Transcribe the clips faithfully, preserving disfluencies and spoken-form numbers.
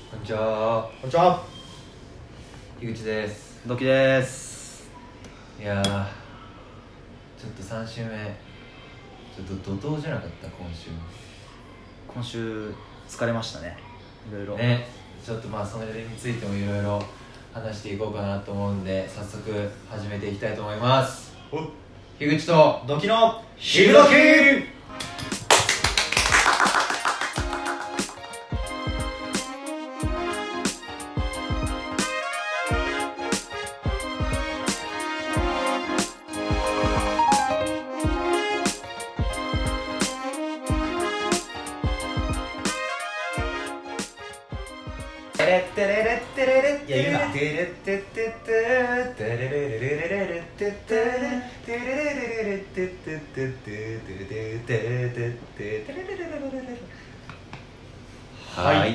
こんにちは。 こんにちは。 樋口です。 ドキです。 いやー、ちょっとさん週目、ちょっと怒涛じゃなかった、今週。 今週疲れましたね。いろいろ。 ね、ちょっとまあそれについてもいろいろ話していこうかなと思うんで、早速始めていきたいと思います。樋口とドキの昼ドキ。テレッテレレッテレレッテレレッテレレッテテテテレレレレレレレッテテテレレレレレッテテテテテテテテテテレレレレレレレ。はいはい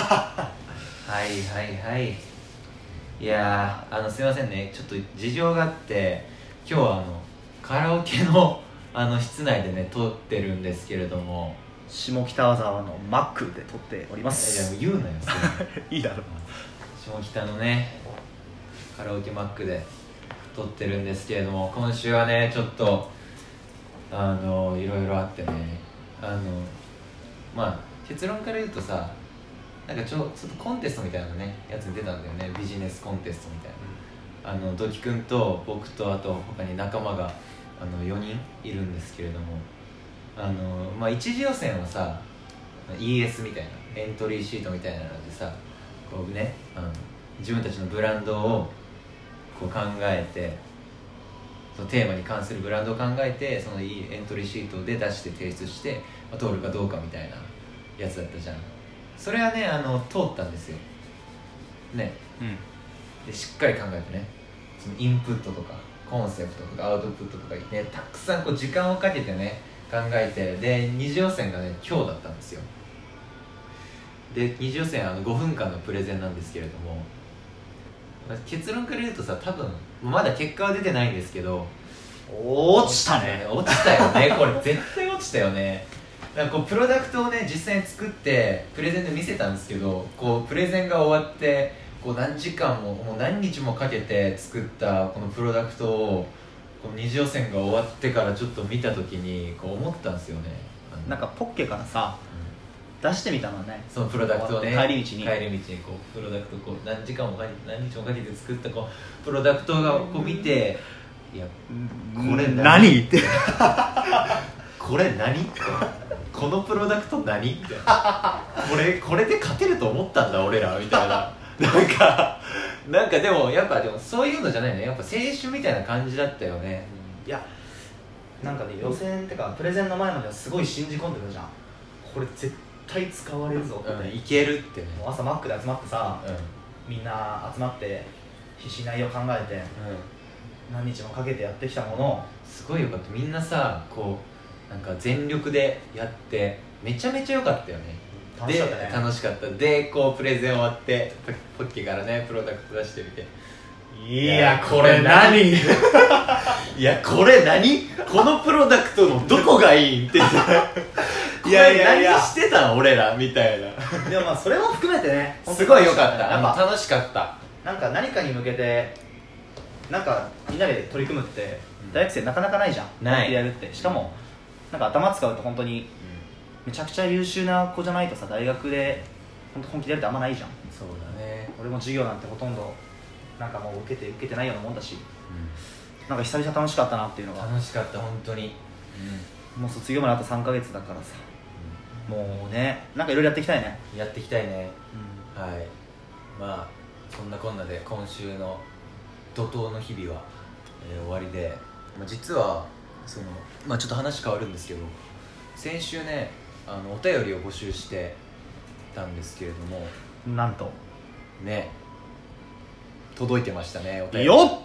はいはい。いやー、あのすいませんね、ちょっと事情があって今日はあのカラオケのあの室内でね撮ってるんですけれども、 下北沢のマックで撮っております。 いや言うなよそれいいだろ。 下北のねカラオケマックで撮ってるんですけれども、今週はねちょっとあのいろいろあってね、あのまあ結論から言うとさ、なんかちょちょっとコンテストみたいなねやつに出たんだよね。ビジネスコンテストみたいな、あの土木くんと僕とあと他に仲間があのよにんいるんですけれども、あのまあ一次予選はさ イーエス みたいなエントリーシートみたいなのでさ、こうね、あの自分たちのブランドをこう考えて、そのテーマに関するブランドを考えて、そのエントリーシートで出して提出して、まあ、通るかどうかみたいなやつだったじゃん。それはねあの通ったんですよね、うん、でしっかり考えてね、そのインプットとかコンセプトとかアウトプットとかね、たくさんこう時間をかけてね考えて、で二次予選がね今日だったんですよ。で二次予選はあのごふんかんのプレゼンなんですけれども、結論から言うとさ、多分まだ結果は出てないんですけど、 落ちたね。 落ちたよねこれ絶対落ちたよね。なんかこうプロダクトをね実際に作ってプレゼンで見せたんですけど、こうプレゼンが終わってこう何時間ももう何日もかけて作ったこのプロダクトをこの二次予選が終わってからちょっと見た時にこう思ったんですよね。 なんかポッケからさ、うん、出してみたのね、 そのプロダクトをね帰り道に帰り道にこうプロダクトこう何時間もかけて何日もかけて作ったこうプロダクトがこう見て、いやこれ何ってこれ何ってこのプロダクト何ってこれこれで勝てると思ったんだ俺らみたいななんかなんかでもやっぱでもそういうのじゃないね、やっぱ青春みたいな感じだったよね、 うん、いやなんかね予選ってかプレゼンの前まではすごい信じ込んでたじゃん。これ絶対使われるぞって、 うん、いけるってね。 もう朝マックで集まってさ、 うん、 みんな集まって必死に内容考えて、うん、何日もかけてやってきたものをすごいよかった。みんなさこうなんか全力でやってめちゃめちゃ良かったよね。 楽しかったね。 楽しかった。でこうプレゼン終わってポッケからねプロダクト出してみて、 いやこれ何いやこれ何このプロダクトのどこがいいっていやいやいや何してたん俺らみたいなでもまあそれも含めてねすごい良かった。 やっぱ楽しかった。 なんか何かに向けてなんかみんなで取り組むって大学生なかなかないじゃん。 ないやるって。しかもなんか頭使うと本当にめちゃくちゃ優秀な子じゃないとさ、大学で本当本気でやるってあんまないじゃん。 そうだね。 俺も授業なんてほとんどなんかもう受けて受けてないようなもんだし、うん、なんか久々楽しかったなっていうのが。 楽しかった本当に、 うん、もう卒業まであとさんかげつだからさ、うん、もうねなんかいろいろやっていきたいね。 やっていきたいね、 うん、 はい。まあそんなこんなで今週の怒涛の日々は、えー、終わりで、まあ、実はその、まあ、ちょっと話変わるんですけど、先週ねあのお便りを募集してたんですけれども、 なんとね届いてましたねお便り。 よっ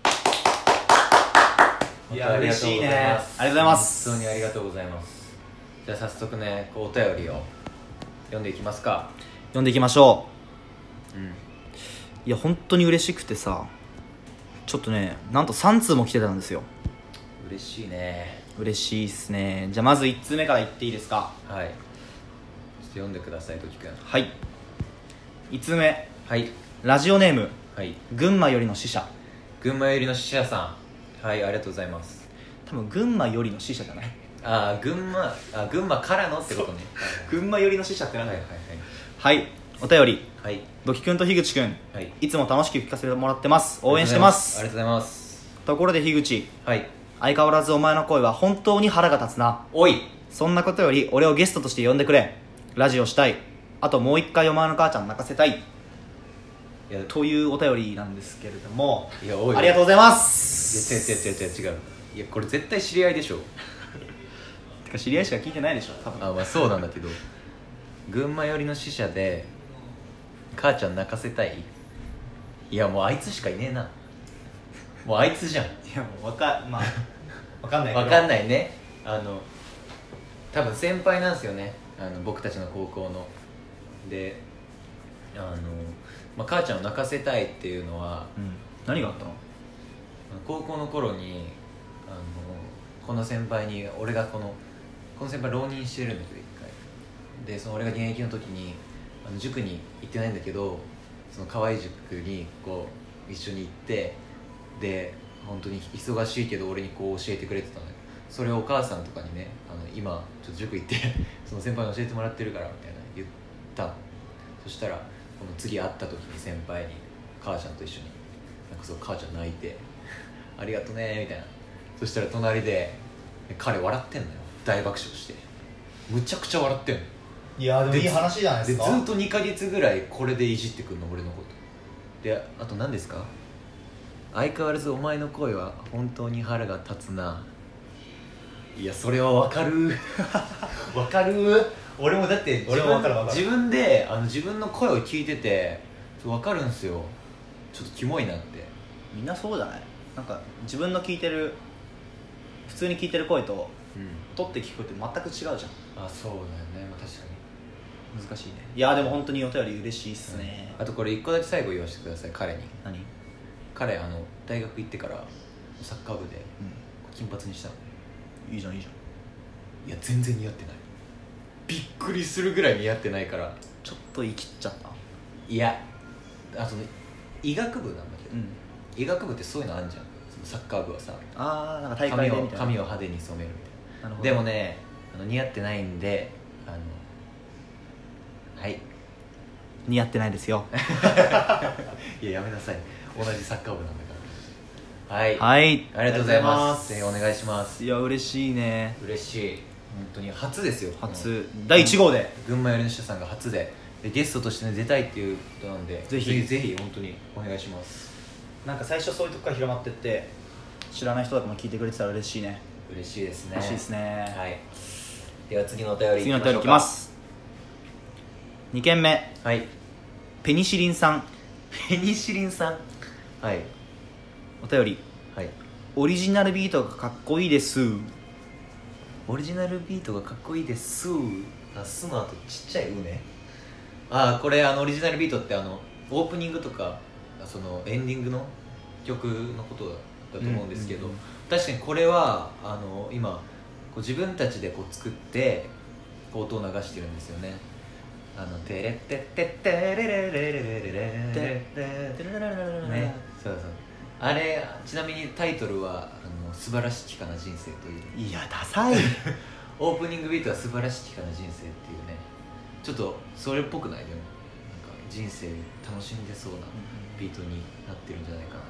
いや嬉しいね。ありがとうございます。 本当にありがとうございます。じゃあ早速ねこうお便りを読んでいきますか。 読んでいきましょう。うん。 いや本当に嬉しくてさ、ちょっとねなんとさん通も来てたんですよ。 嬉しいね。 嬉しいっすね。じゃあまずいち通目から言っていいですか。 はい。ちょっと読んでください、ときくん。 はい。 いつつめ、 はい。 ラジオネームはい。 群馬よりの使者。 群馬寄りの死者さん。はい、ありがとうございます。 多分群馬よりの使者じゃない？ あー、群馬、あ、群馬からのってことね。 群馬よりの使者ってなんはいだはいよ。はい、お便り、 はい。はい。 ドキくんと樋口くん、 はい。 いつも楽しく聞かせてもらってます。応援してますありがとうございます。 ところで樋口、 はい。 相変わらずお前の声は本当に腹が立つな。 おい。 そんなことより俺をゲストとして呼んでくれ。ラジオしたい。あともう一回お前の母ちゃん泣かせたい。 いや、 というお便りなんですけれども、 いや、おい。 ありがとうございます。 いや、違う違う違う違う違う。いや、これ絶対知り合いでしょ。 てか知り合いしか聞いてないでしょ多分。 あ、まあそうなんだけど、群馬寄りの死者で母ちゃん泣かせたい。いや、もうあいつしかいねえな。もうあいつじゃん。 いやもうわかまあわかんないけどわかんないね。あの多分先輩なんですよね、あの僕たちの高校の。で、あの、まあ、母ちゃんを泣かせたいっていうのは、 うん、何があったの？ 高校の頃にあのこの先輩に、俺がこのこの先輩浪人してるんだけど一回で、その俺が現役の時にあの塾に行ってないんだけど、その河合塾にこう一緒に行って、で本当に忙しいけど俺にこう教えてくれてたのよ。それをお母さんとかにね、あの今ちょっと塾行ってその先輩に教えてもらってるからみたいな言ったの。そしたらこの次会った時に先輩に母ちゃんと一緒になんかそう母ちゃん泣いてありがとねみたいな。そしたら隣で彼笑ってんのよ、大爆笑して。むちゃくちゃ笑ってんの。 いやでもいい話じゃないですか。 でずっとにかげつぐらいこれでいじってくんの俺のことで。あと何ですか、相変わらずお前の声は本当に腹が立つな。いや、それはわかるわかる。俺もだって自分俺もわかるわかる自分であの自分の声を聞いててわかるんすよ。ちょっとキモいなって。 みんなそうじゃない？なんか自分の聞いてる普通に聞いてる声とうん取って聞く声って全く違うじゃん。 あ、そうだよね、まあ、確かに。 難しいね。いやでも本当にお便り嬉しいっすね、 あとこれ一個だけ最後言わせてください、彼に。 何？ 彼あの大学行ってからサッカー部でう金髪にしたの。 ん、いいじゃんいいじゃん。 いや全然似合ってない。びっくりするぐらい似合ってないから。 ちょっと言い切っちゃった。 いや、あとね、医学部なんだけど、 うん、 医学部ってそういうのあるじゃん。そのサッカー部はさ、 ああなんか大会髪をでみたいな。 髪を派手に染めるみたいな。 なるほど。 でもね、あの似合ってないんで、あのはい似合ってないですよいや、やめなさい、同じサッカー部なんだから。はい、 はいありがとうございます。ぜひお願いします。 いや嬉しいね。 嬉しい、本当に初ですよ。 初だいいち号で群馬寄りの人さんが初で、でゲストとして、ね、出たいっていうことなんで、 ぜひぜひぜひ本当にお願いします。 なんか最初そういうとこから広まってって知らない人とかも聞いてくれてたら嬉しいね。 嬉しいですね。 嬉しいですね。 はい。では次のお便り次のお便りいきます。にけんめ、 はい。 ペニシリンさん。 ペニシリンさん。はいお便り、 はい。 オリジナルビートがかっこいいです。 オリジナルビートがかっこいいですあ、すの後ちっちゃいうね。あ、これあのオリジナルビートってあのオープニングとかそのエンディングの曲のことだと思うんですけど、 うんうんうん、 確かにこれはあの今こう自分たちでこう作ってこう音を流してるんですよね。あのテレッテッテッテレレレレレレレレレね、そうそう。あれ、ちなみにタイトルはあの素晴らしきかな人生という。 いやダサいオープニングビートは素晴らしきかな人生っていうね。ちょっとそれっぽくない？でもなんか人生楽しんでそうなビートになってるんじゃないかなって。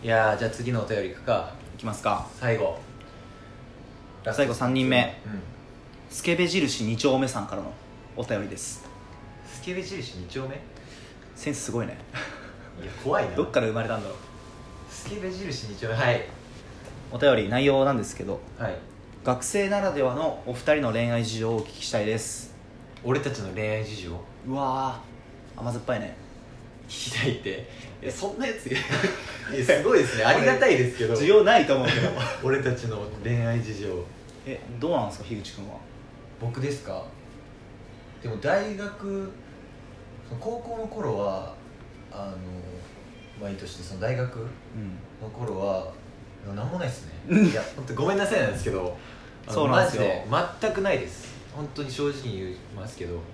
いやー、じゃあ次のお便りいくか。 いきますか。 最後最後さんにんめ、 うん、 スケベ印に丁目さんからのお便りです。 スケベ印に丁目。 センスすごいねいや怖いな。 どっから生まれたんだろう。 スケベ印に丁目。はい。 お便り内容なんですけど、 はい。 学生ならではのお二人の恋愛事情をお聞きしたいです。 俺たちの恋愛事情うわー甘酸っぱいね。 聞きたいって。いや、そんなやついやすごいですね、ありがたいですけど。 需要ないと思うけど俺たちの恋愛事情。 え、どうなんですか樋口君は。僕ですか。でも大学高校の頃はあのまあいいとして、その大学の頃はなんもないですね。いや本当ごめんなさいなんですけど、 そうなんですよ。 マジで全くないです。本当に正直に言いますけど、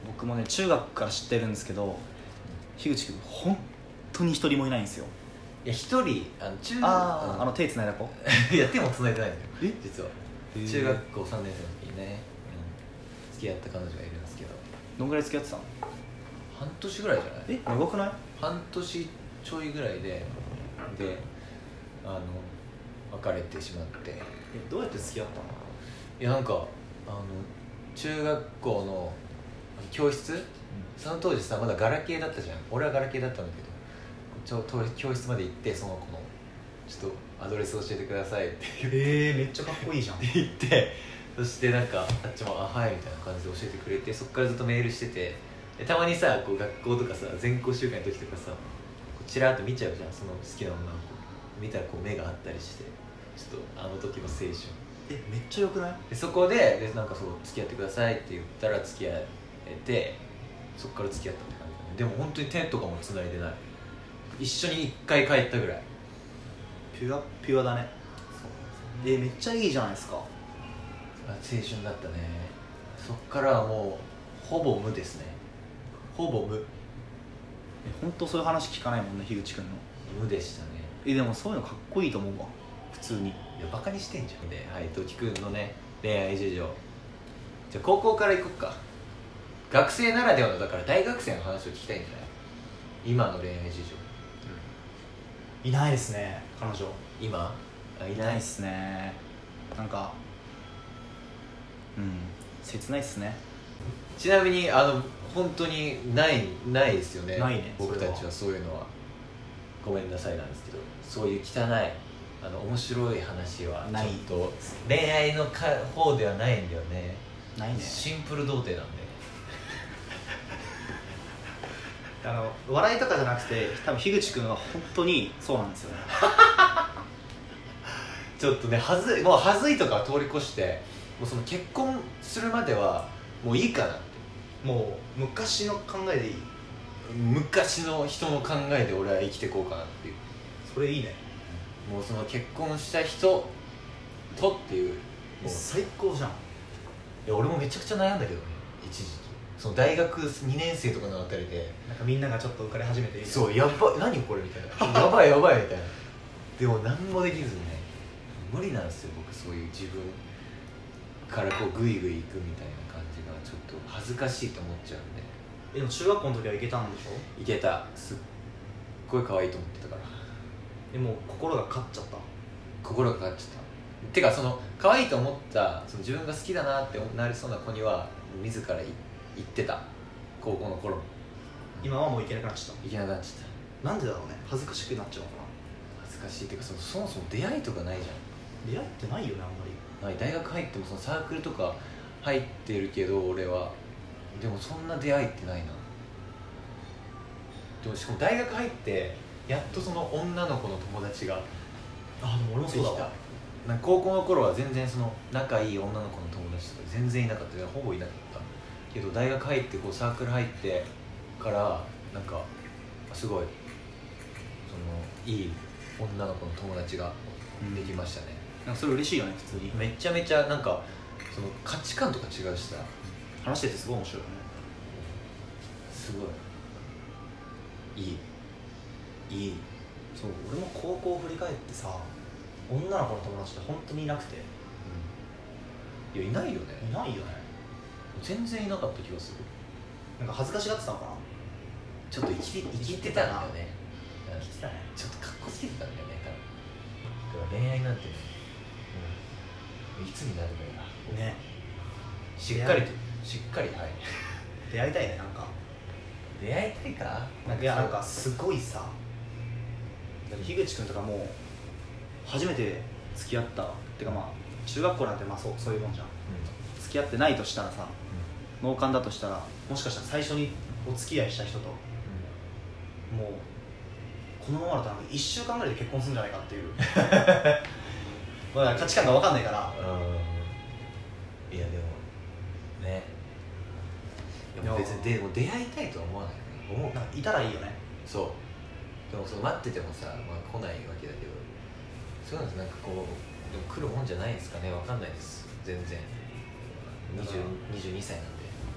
僕もね中学から知ってるんですけど、樋口君本当に一人もいないんですよ。 いや一人あの中あああの手つないだ子いや手もつないでないんだよえ実は。 へー中学校さんねん生の時にね、うん、付き合った彼女がいるんですけど、 どんぐらい付き合ってたの？ 半年ぐらいじゃない？ え長くない？ 半年ちょいぐらいでであの別れてしまって。 えどうやって付き合ったの？ いやなんかあの中学校の教室、うん、その当時さまだガラケーだったじゃん。俺はガラケーだったんだけど、ちょ教室まで行ってその子のちょっとアドレス教えてくださいって言って、 えー、めっちゃかっこいいじゃんって言って、そしてなんかあっちもあはいみたいな感じで教えてくれて、そっからずっとメールしてて、でたまにさこう学校とかさ全校集会の時とかさチラッと見ちゃうじゃん、その好きな女の子見たらこう目があったりして、ちょっとあの時の青春。 えめっちゃよくない？ でそこででなんかそう付き合ってくださいって言ったら付き合えて、そっから付き合ったって感じだね。でも本当に手とかも繋いでない、一緒に一回帰ったぐらい。 ピュアピュアだね。えめっちゃいいじゃないですか。 青春だったね。そっからはもうほぼ無ですね。ほぼ無。 え本当そういう話聞かないもんね樋口君の。 無でしたね。 えでもそういうのかっこいいと思うわ普通に。 いやバカにしてんじゃん。ではい時くんのね恋愛事情、じゃあ高校から行こっか。学生ならではのだから大学生の話を聞きたいんじゃない？今の恋愛事情。 いないですね彼女。 今あいいないないっすね。なんかうん切ないっすね。 ちなみにあの本当にないないですよね。 ないね僕たちはそういうのは。ごめんなさいなんですけど、そういう汚いあの面白い話はちょっと恋愛のか方ではないんだよね。 ないね。 シンプル童貞なんであの笑いとかじゃなくて多分樋口君は本当にそうなんですよねちょっとねはずいもうはずいとかは通り越して、もうその結婚するまではもういいかなって。 もう昔の考えでいい。 昔の人の考えで俺は生きていこうかなっていう。 それいいね。 もうその結婚した人とっていう、もう最高じゃん。 いや俺もめちゃくちゃ悩んだけどね一時期。その大学にねん生とかのあたりでなんかみんながちょっと浮かれ始めていい。 そうやばい何これみたいなやばいやばいみたいな。でも何もできずにね、無理なんですよ僕、そういう自分からこうグイグイ行くみたいな感じがちょっと恥ずかしいと思っちゃうんで。 でも中学校の時は行けたんでしょ？ いけた。すっごい可愛いと思ってたから。 でも心が勝っちゃった。 心がかかっちゃった。てかその可愛いと思ったその自分が好きだなってなりそうな子には自らい言ってた。高校の頃も。 今はもう行けなくなっちゃっいけなくなっちゃった。なんでだろうね。恥ずかしくなっちゃうのかた。恥ずかしいっていうか、そのそもそも出会いとかないじゃな。出会いってないよねあんまり。 ん。ない。大学入ってもそのサークルとか入ってるけど俺は、でもそんな出会いってないな。でもしかも大学入ってやっとその女の子の友達があでも俺もそうだわ。 なんか高校の頃は全然その仲いい女の子の友達とか全然いなかった。ほぼいなかったけど、大学入ってこうサークル入ってからなんかすごいそのいい女の子の友達ができましたね。 うん、なんかそれ嬉しいよね普通に。 めちゃめちゃなんかその価値観とか違うしさ、 話しててすごい面白いよね。 すごいいいいい。 そう俺も高校を振り返ってさ、女の子の友達って本当にいなくて、 うん、いやいないよね。 いないよね。 全然いなかった気がする。 なんか恥ずかしがってたのかな。 ちょっと生きて生きてたんだよね。 生きてたね。 ちょっとかっこつけてたんだよね多分。だから恋愛なんてね、うん、いつになるのよね。 しっかりとしっかりはい出会いたいね。なんか出会いたいか。 なんかいやなんかすごいさ、樋口君とかもう初めて付き合ったってかまあ中学校なんてまあそうそういうもんじゃん、うん、付き合ってないとしたらさ、うん、脳幹だとしたらもしかしたら最初にお付き合いした人と、うん、もうこのままだと一週間ぐらいで結婚するんじゃないかっていうまだ価値観が分かんないから。 うん、いやでもね、でも別にでも出会いたいとは思わないよね。思うなんかいたらいいよね。 そうでもその待っててもさ、まあ、来ないわけだけど、そういうのってなんかこうでも来るもんじゃないですかね。わかんないです全然。にじゅうにさいなんで全然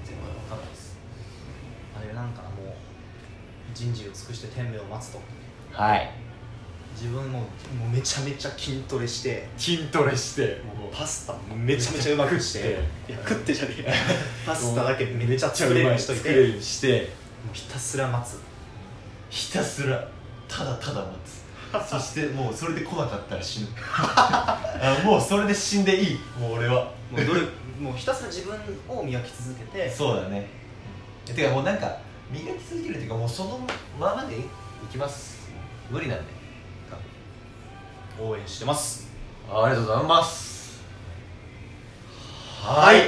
然まだ分かんないです。 あれなんかな、もう人事を尽くして天命を待つと。 はい、 自分ももうめちゃめちゃ筋トレして筋トレしてもうパスタめちゃめちゃうまくしていや食ってじゃねえパスタだけめっちゃ作れるようにしといて、 作れるようにしてもうひたすら待つ、 ひたすらただただ待つそしてもうそれで来なかったら死ぬあもうそれで死んでいい、もう俺はもうどれもうひたすら自分を磨き続けてそうだね、うん、てかもうなんか磨き続けるっていうかもうそのままでいきます。無理なんで応援してます。 あ, ありがとうございます。はい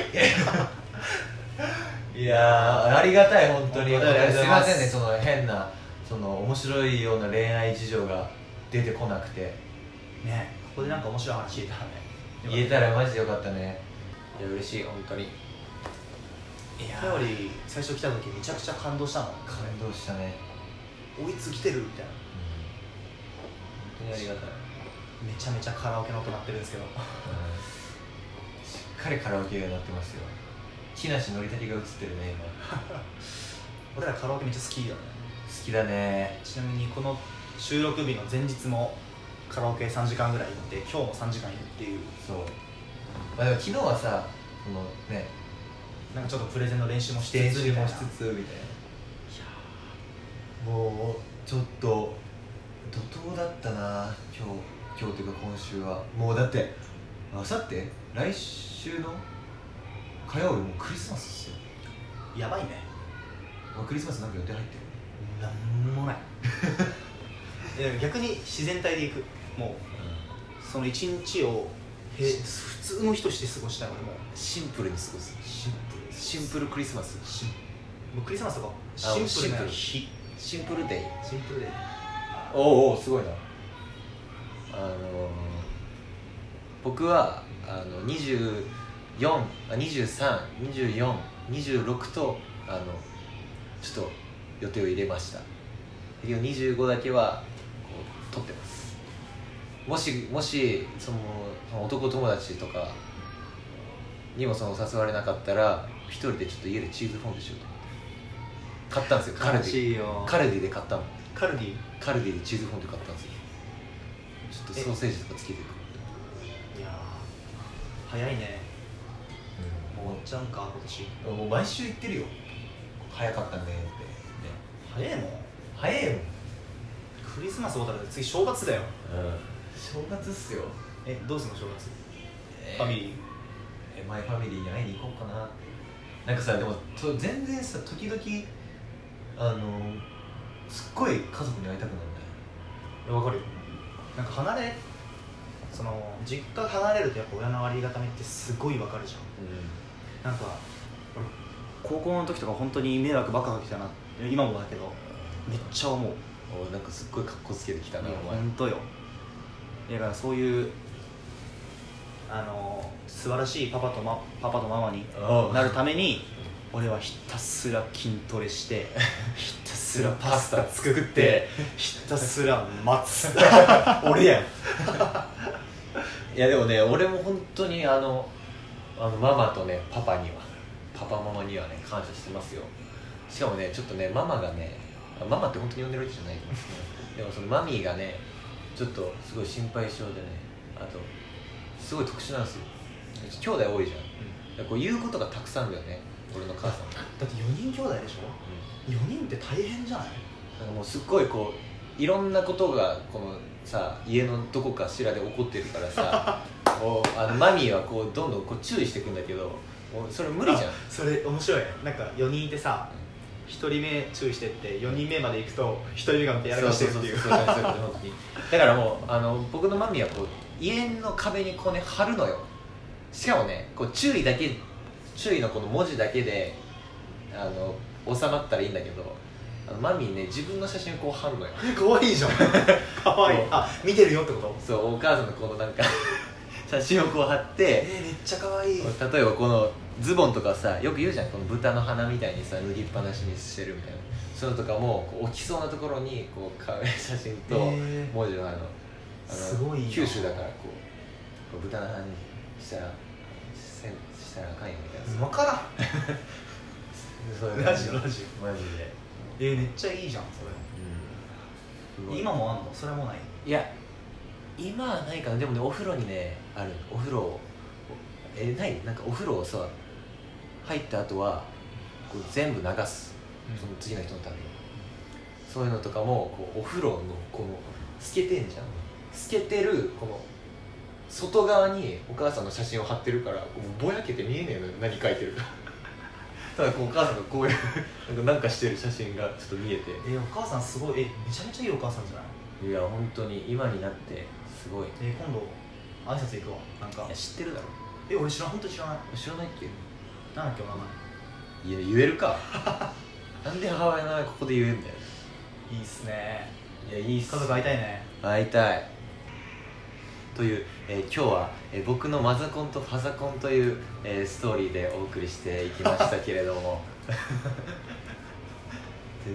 いやーありがたい本当に。 本当にありがとうございます。 すいませんね、その変なその面白いような恋愛事情が出てこなくてね。ここでなんか面白い話言えたらね、 言えたらマジでよかったね。いや嬉しい本当に。いや頼り最初来た時めちゃくちゃ感動したもん。 感動したね。 追いつきてるみたいな、 うん、本当にありがたい。 めちゃめちゃカラオケの音鳴ってるんですけど、うん、 しっかりカラオケが鳴ってますよ。木梨憲武が映ってるね今俺らカラオケめっちゃ好きだね。 好きだね。ちなみにこの収録日の前日もカラオケさんじかんぐらい行って、今日もさんじかんいるっていう。 そう、まあ、でも昨日はさそのねなんかちょっとプレゼンの練習もしつつ練習もしつつみたいな。いやもうちょっと怒涛だったな今日。今日というか今週はもうだってあさって来週の火曜日もうクリスマスですよ。 やばいね。 もうクリスマスなんか予定入ってる？ なんもないいや逆に自然体で行く。もう、うん、その一日をへ普通の日として過ごしたい。俺もシンプルに過ごす。 シンプルシンプルクリスマス。 シンもうクリスマスとかシンプルな日、 シンプルデイ。 シンプルデイ。 おうおうすごいな。あのー、僕はあのにじゅうよん、あにじゅうさん、にじゅうよん、にじゅうろくとあのちょっと予定を入れました。にじゅうごだけはこう取ってます。もしもしその男友達とかにもその誘われなかったら一人でちょっと家でチーズフォンデュしようと思って買ったんですよ。カルディカルディで買ったの。 カルディカルディでチーズフォンデュ買ったんですよ。ちょっとソーセージとかつけていく。 いやー早いね、うん、もう終わっちゃうんか今年。 もう毎週行ってるよ。早かったねって、ね、 早いもん早いもん。 クリスマス終わったら次正月だよ。 うん正月っすよ。 えどうすんの正月、 えー、 ファミリーえマイファミリーに会いに行こうかな。なんかさでもと全然さ時々あのすっごい家族に会いたくなるんだよ。 わかるよ。なんか離れその実家離れるとやっぱ親のありがたみってすごいわかるじゃん、うん、なんか俺高校の時とか本当に迷惑ばっかかけたな、今もだけどめっちゃ思う。 おなんかすっごい格好つけてきたなお前。 本当よ。だからそういうあの素晴らしいパパと、ま、パパとママになるために俺はひたすら筋トレしてひたすらパスタ作ってひたすら待つ俺やんいやでもね俺も本当にあのあのママとねパパにはパパママにはね感謝してますよ。しかもねちょっとねママがねママって本当に呼んでるわけじゃないと思うんですけどでもそのマミーがねちょっとすごい心配性でねあとすごい特殊なんですよ。兄弟多いじゃん、うん、こう言うことがたくさんあるよね俺の母さん。 だってよにん兄弟でしょ、うん、よにんって大変じゃない？ なんかもうすっごいこういろんなことがこのさ家のどこかしらで起こってるからさこうあのマミーはこうどんどんこう注意していくんだけどもうそれ無理じゃん。 それ面白い。なんかよにんいてさ、うん、ひとりめ注意してってよにんめまで行くとひとりめがやらかしてるっていう。 だからもうあの僕のマミーはこう家の壁にこうね貼るのよ。しかもねこう注意だけ注意のこの文字だけであの収まったらいいんだけどあのマミーね自分の写真をこう貼るのよ。 かわいいじゃんかわいい。あ見てるよってこと？ そうお母さんのこのなんか写真をこう貼ってえー、めっちゃかわいい。 例えばこのズボンとかさよく言うじゃんこの豚の鼻みたいにさ脱ぎっぱなしにしてるみたいなそういうのとかもこう置きそうなところにこう写真と文字をあの、 あのすごい九州だからこうこう豚の鼻にしたらせしたらあかんよみたいな。 分からんそういうラジオラジマジでえー、めっちゃいいじゃんそれ、うん、今もあんの？それもない？ いや今はないかな。でもねお風呂にねある。お風呂えないなんかお風呂をさ入った後はこう全部流す、うん、その次の人のために、うん、そういうのとかもこうお風呂のこの透けてんじゃん。透けてるこの外側にお母さんの写真を貼ってるからこうぼやけて見えねえのよ何書いてるかただこうお母さんがこういうなんかなんかしてる写真がちょっと見えて、 えー、お母さんすごい、えめちゃめちゃいいお母さんじゃない？ いや本当に今になってすごい。 えー、今度挨拶行くわ。なんかいや知ってるだろ。 え俺知らん、本当に知らない。 知らないっけ？ なんだっけお名前。 いや言えるかなんで母親の名前ここで言えんだよ。 いいっすね。 いやいいっす。 家族会いたいね。 会いたいという、えー、今日は、えー、僕のマザコンとファザコンという、えー、ストーリーでお送りしていきましたけれども全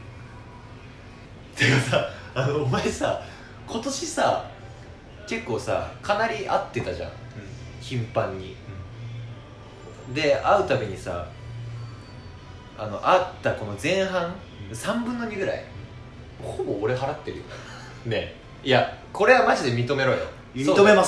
然てかさあのお前さ今年さ結構さかなり会ってたじゃん、うん、頻繁に、うん、で会うたびにさあの会ったこの前半、うん、さんぶんのにぐらいほぼ俺払ってるよね。いやこれはマジで認めろよ。 認めます。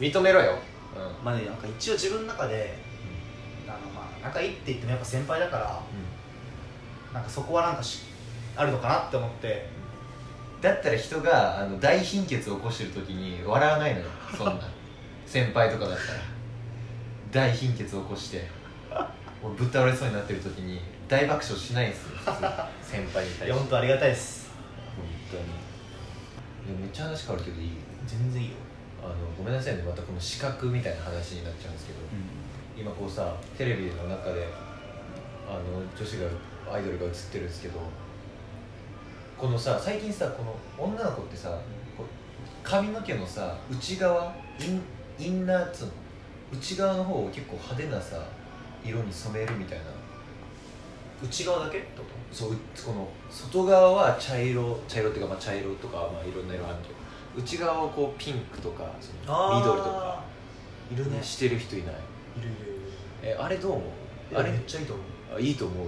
認めろよ、 うん、まあねなんか一応自分の中で、うん、あのまあ仲いいって言ってもやっぱ先輩だから、うん、なんかそこはなんかしあるのかなって思って、 だったら人があの大貧血を起こしてる時に笑わないのよそんな先輩とかだったら大貧血を起こして俺ぶっ倒れそうになってる時に大爆笑しないんですよ普通先輩に対して。いや本当ありがたいです本当に。いやめっちゃ話変わるけどいい？ 全然いいよ。 あのごめんなさいねまたこの資格みたいな話になっちゃうんですけど、うん、今こうさテレビの中であの女子がアイドルが映ってるんですけど、このさ最近さこの女の子ってさ、こう髪の毛のさ内側イン、インナーっつうの内側の方を結構派手なさ色に染めるみたいな。 内側だけってこと？ そうこの外側は茶色茶色っていうかまあ茶色とかまあいろんな色あるけど内側をこうピンクとかその緑とかいるねしてる人いない？ いるいるいる。 えあれどう思う？ あれめっちゃいいと思う。 あいいと思う、うん、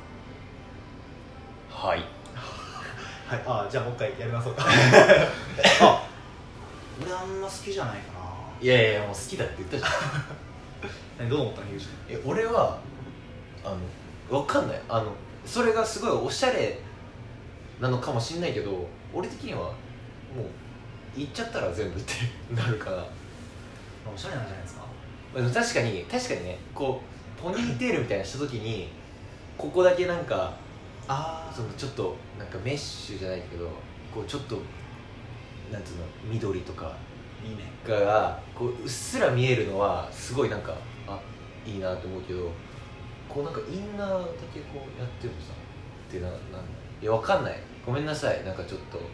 はいはいあじゃあもう一回やりましょうかあ俺あんま好きじゃないかな。 いやいやもう好きだって言ったじゃんどう思ったの？ え俺はあの分かんないあのそれがすごいおしゃれなのかもしんないけど俺的にはもう言っちゃったら全部ってなるからおしゃれなんじゃないですか。 確かに確かにねこうポニーテールみたいなした時にここだけなんかあそのちょっとなんかメッシュじゃないけどこうちょっとなんつうの緑とかいいねがこううっすら見えるのはすごいなんかあいいなと思うけどこうなんかインナーだけこうやってもさってななんだいやわかんないごめんなさいなんかちょっと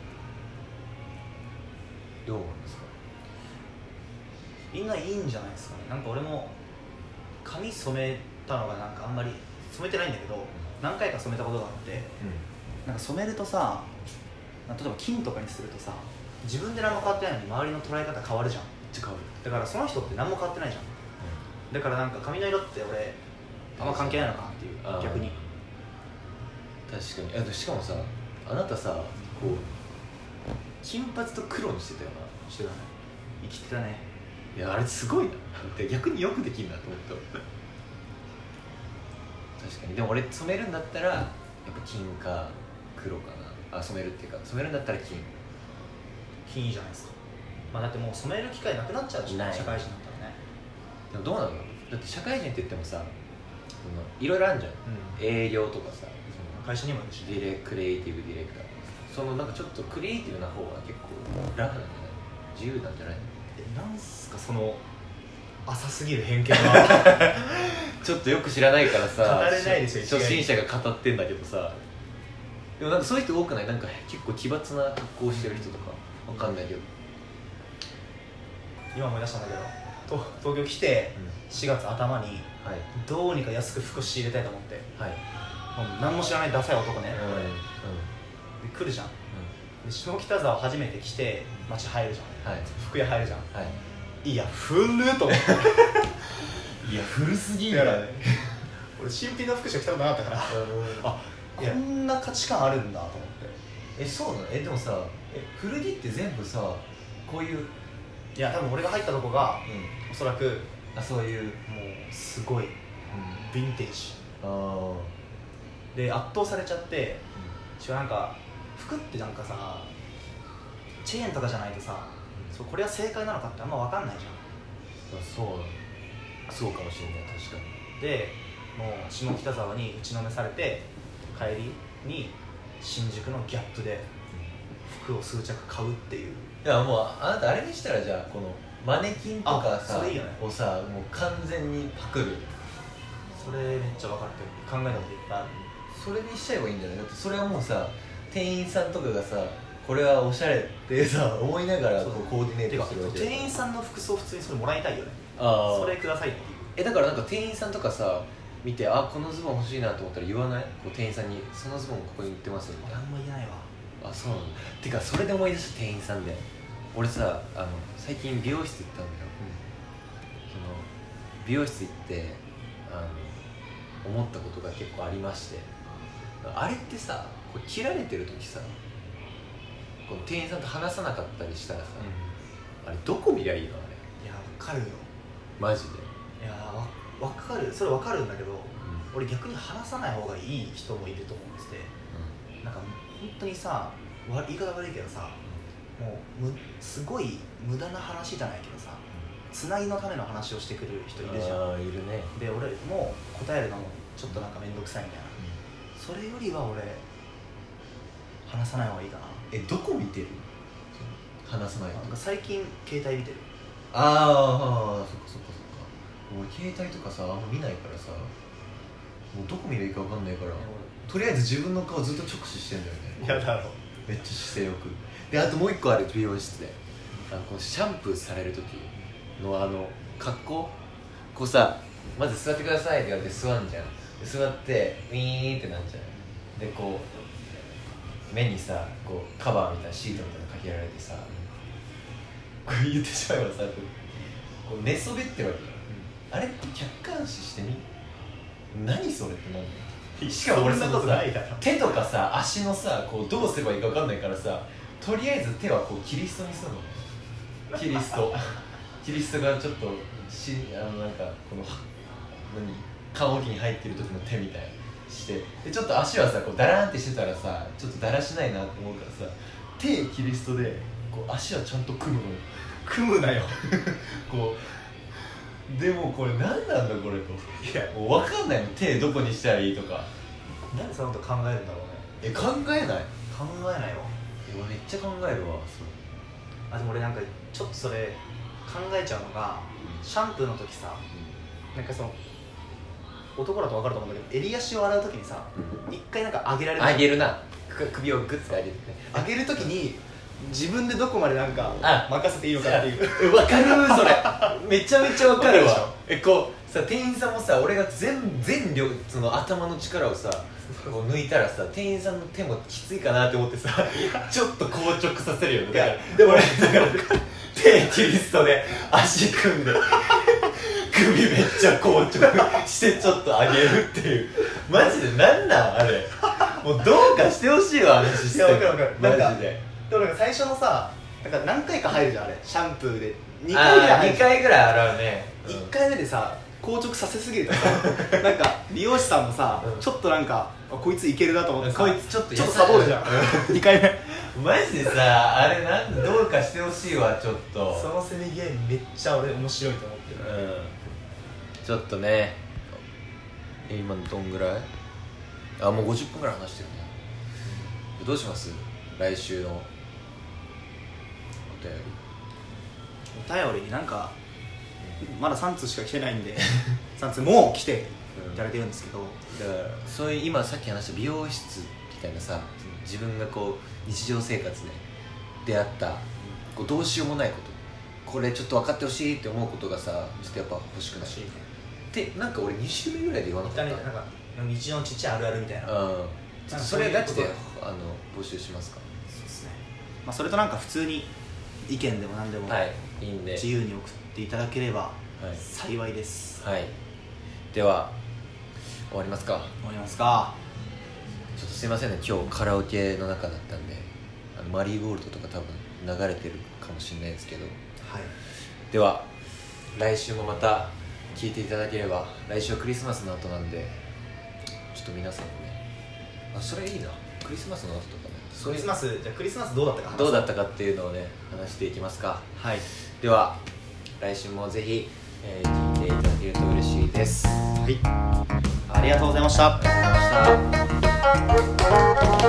どう思いますか？ インナーいいんじゃないですかね。なんか俺も髪染めたのがなんかあんまり染めてないんだけど、うん、何回か染めたことがあって、うん、なんか染めるとさ例えば金とかにするとさ自分で何も変わってないのに周りの捉え方変わるじゃん。めっちゃ変わる。だからその人って何も変わってないじゃん、うん、だからなんか髪の色って俺あんま関係ないのかなっていう逆に確かにあしかもさあなたさこう金髪と黒にしてたよな。 してたね生きてたね。 いやあれすごいなって逆によくできるなと思った確かに。でも俺染めるんだったらやっぱ金か黒かなあ染めるっていうか染めるんだったら金金いいじゃないですか。まあだってもう染める機会なくなっちゃうし、ね、社会人だったらね。 でもどうなのだって社会人って言ってもさいろいろあるじゃん、うん、営業とかさ会社にもいるし、 ディレクリエイティブディレクターそのなんかちょっとクリエイティブな方が結構楽なんじゃない自由なんじゃないえなんすかその浅すぎる偏見はちょっとよく知らないからさ語れないですよ初心者が語ってんだけどさでもなんかそういう人多くないなんか結構奇抜な格好をしてる人とかわかんないけど今思い出したんだけどと東京来てしがつ頭にはい、 どうにか安く服仕入れたいと思って、 はい、 もう何も知らないダサい男ね、 うんうん、 で来るじゃん、うん、で下北沢初めて来て街入るじゃん、はい、服屋入るじゃん、はい、いや古っと思っていや古すぎるからね俺新品の服しか着たことなかったからあこんな価値観あるんだと思って。 えそうなの？えでもさえ古着って全部さこういういや多分俺が入ったとこが、うん、おそらくあそういうもうすごい、うん、ヴィンテージあで圧倒されちゃって、うん、しかもなんか服ってなんかさチェーンとかじゃないとさ、うん、そうこれは正解なのかってあんま分かんないじゃん。 あそうそうかもしれない確かに。 でもう下北沢に打ちのめされて帰りに新宿のギャップで服を数着買うっていう。 いやもうあなたあれにしたらじゃあこのマネキンとかさそれいいよねをさもう完全にパクる。 それめっちゃ分かってる。考えたこといっぱいある。 それにしちゃえばいいんじゃない？だってそれはもうさ店員さんとかがさこれはおしゃれってさ思いながらこうコーディネートするわけで。 店員さんの服装普通にそれもらいたいよね。 あそれくださいっていう。 えだからなんか店員さんとかさ見てあこのズボン欲しいなと思ったら言わない？こう店員さんにそのズボンここに売ってますみたいな。 あんま言えないわ。 あそうなんだ。てかそれで思い出した店員さんで俺さあの最近美容室行ったんだよ、うん、その美容室行ってあの思ったことが結構ありまして、あれってさこう切られてる時さこの店員さんと話さなかったりしたらさ、うん、あれどこ見りゃいいの？あれいや分かるよマジで。 いやわ分かるそれ分かるんだけど、うん、俺逆に話さない方がいい人もいると思ってて、うん、なんか本当にさ言い方悪いけどさもうむすごい無駄な話じゃないけどさつなぎのための話をしてくる人いるじゃん。 あいるね。 で俺もう答えるのもちょっとなんか面倒くさいみたいな、うん、それよりは俺話さない方がいいかな。 えどこ見てる？話さないと。 なんか最近携帯見てる。 ああそっかそっかそっか。俺携帯とかさあんま見ないからさもうどこ見ればいいか分かんないからとりあえず自分の顔ずっと直視してんだよね。 やだろめっちゃ姿勢よくで、あともう一個ある美容室であのこうシャンプーされる時のあの格好こうさまず座ってくださいって言われて座んじゃん。で座ってウィーンってなんじゃん。でこう目にさこうカバーみたいなシートみたいなのかけられてさこれ言ってしまえばさこう寝そべってるわけじゃん、うん、あれって客観視してみ何それってなんだよ。しかも俺そのさ手とかさ足のさこうどうすればいいか分かんないからさとりあえず手はこうキリストにするの。キリストキリストがちょっとしあのなんかこの何棺桶に入ってる時の手みたいにしてでちょっと足はさこうダラーンってしてたらさちょっとだらしないなって思うからさ手キリストでこう足はちゃんと組むのよ。 組むなよこうでもこれ何なんだこれと。いやもう分かんないの手どこにしたらいいとか。 なんでそのこと考えるんだろうね。 え考えない？ 考えないわ。 俺めっちゃ考えるわそれ。 あでも俺なんかちょっとそれ考えちゃうのが、うん、シャンプーの時さ、うん、なんかその男だと分かると思うんだけど襟足を洗う時にさ、うん、一回なんか上げられる上げるな首をグッと上げる上げる時に自分でどこまでなんか任せていいのかっていう分かるそれめちゃめちゃ分かるわ。えこうさ店員さんもさ俺が全全力その頭の力をさこう抜いたらさ店員さんの手もきついかなって思ってさちょっと硬直させるよね。だからでも俺だから手キリストで足組んで首めっちゃ硬直してちょっと上げるっていうマジでなんなんあれもうどうかしてほしいわあのシステム。 いや分かる分かるマジで。でもなんか最初のさなんか何回か入るじゃんあれシャンプーでにかいぐらい入る。 にかいぐらい洗うね、 うん、いっかいめでさ硬直させすぎるとさなんか美容師さんもさ、うん、ちょっとなんかこいついけるなと思ってさこいつちょっとちょっとサボるじゃんにかいめマジでさあれなんどうかしてほしいわちょっと。 そのせめぎ合いめっちゃ俺面白いと思ってる、 うん、ちょっとね今どんぐらいあもうごじゅっぷんぐらい話してるね、うん、どうします来週のお便り。 お便りになんかまださん通しか来てないんでさん通もう来ていただいてるんですけど、うん、 だからそういう今さっき話した美容室みたいなさ自分がこう日常生活で出会ったこうどうしようもないことこれちょっと分かってほしいって思うことがさちょっとやっぱ欲しくないってなんか俺に週目ぐらいで言わなかった。 なんか日常のちっちゃいあるあるみたいな、うん、 ちょっとそれガチであの募集しますか。 そうですね、まあ、それとなんか普通に意見でも何でも、 はい、いいんで自由に送っていただければ幸いです、 はいはい、では終わりますか。 終わりますか。 ちょっとすいませんね、今日カラオケの中だったんで、あのマリーゴールドとか多分流れてるかもしれないですけど、 はい、 では来週もまた聴いていただければ。来週はクリスマスの後なんで、ちょっと皆さんもね、あ、それいいな、クリスマスの後とかね、 クリスマス、じゃあクリスマスどうだったかどうだったかっていうのをね話していきますか。 はい、 では来週もぜひ、えー、聞いていただけると嬉しいです。 はい、ありがとうございました。 ありがとうございました。